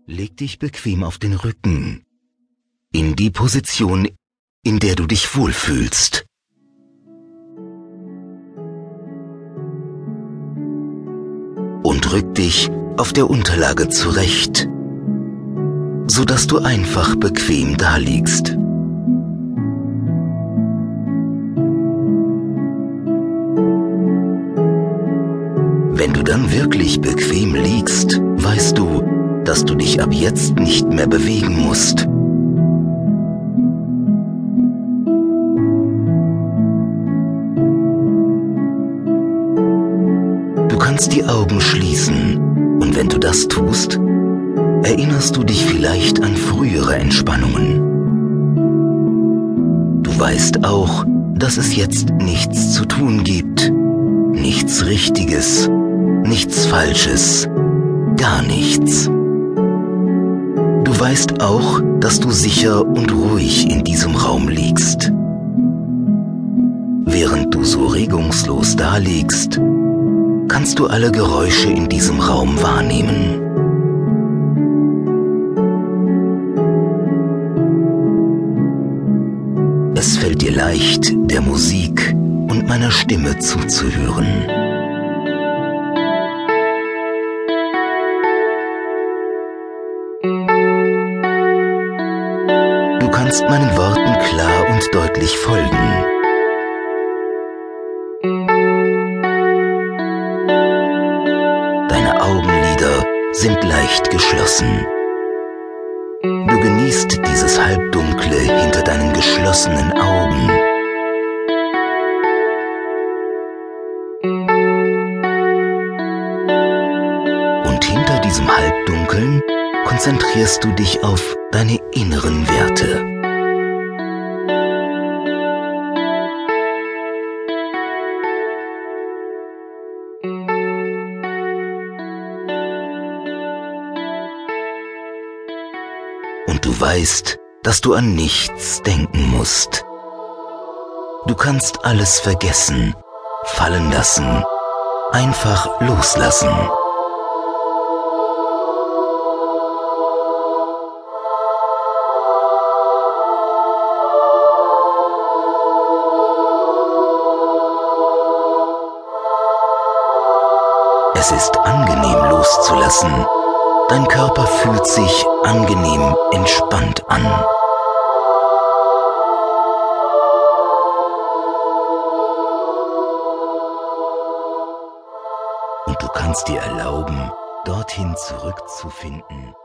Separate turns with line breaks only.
Leg dich bequem auf den Rücken, in die Position, in der du dich wohlfühlst. Und rück dich auf der Unterlage zurecht, sodass du einfach bequem daliegst. Wenn du dann wirklich bequem liegst, weißt du, dass du dich ab jetzt nicht mehr bewegen musst. Du kannst die Augen schließen und wenn du das tust, erinnerst du dich vielleicht an frühere Entspannungen. Du weißt auch, dass es jetzt nichts zu tun gibt, nichts Richtiges, nichts Falsches, gar nichts. Du weißt auch, dass du sicher und ruhig in diesem Raum liegst. Während du so regungslos daliegst, kannst du alle Geräusche in diesem Raum wahrnehmen. Es fällt dir leicht, der Musik und meiner Stimme zuzuhören. Du kannst meinen Worten klar und deutlich folgen. Deine Augenlider sind leicht geschlossen. Du genießt dieses Halbdunkle hinter deinen geschlossenen Augen. Und hinter diesem Halbdunkeln konzentrierst du dich auf deine inneren Werte. Und du weißt, dass du an nichts denken musst. Du kannst alles vergessen, fallen lassen, einfach loslassen. Es ist angenehm loszulassen. Dein Körper fühlt sich angenehm entspannt an. Und du kannst dir erlauben, dorthin zurückzufinden,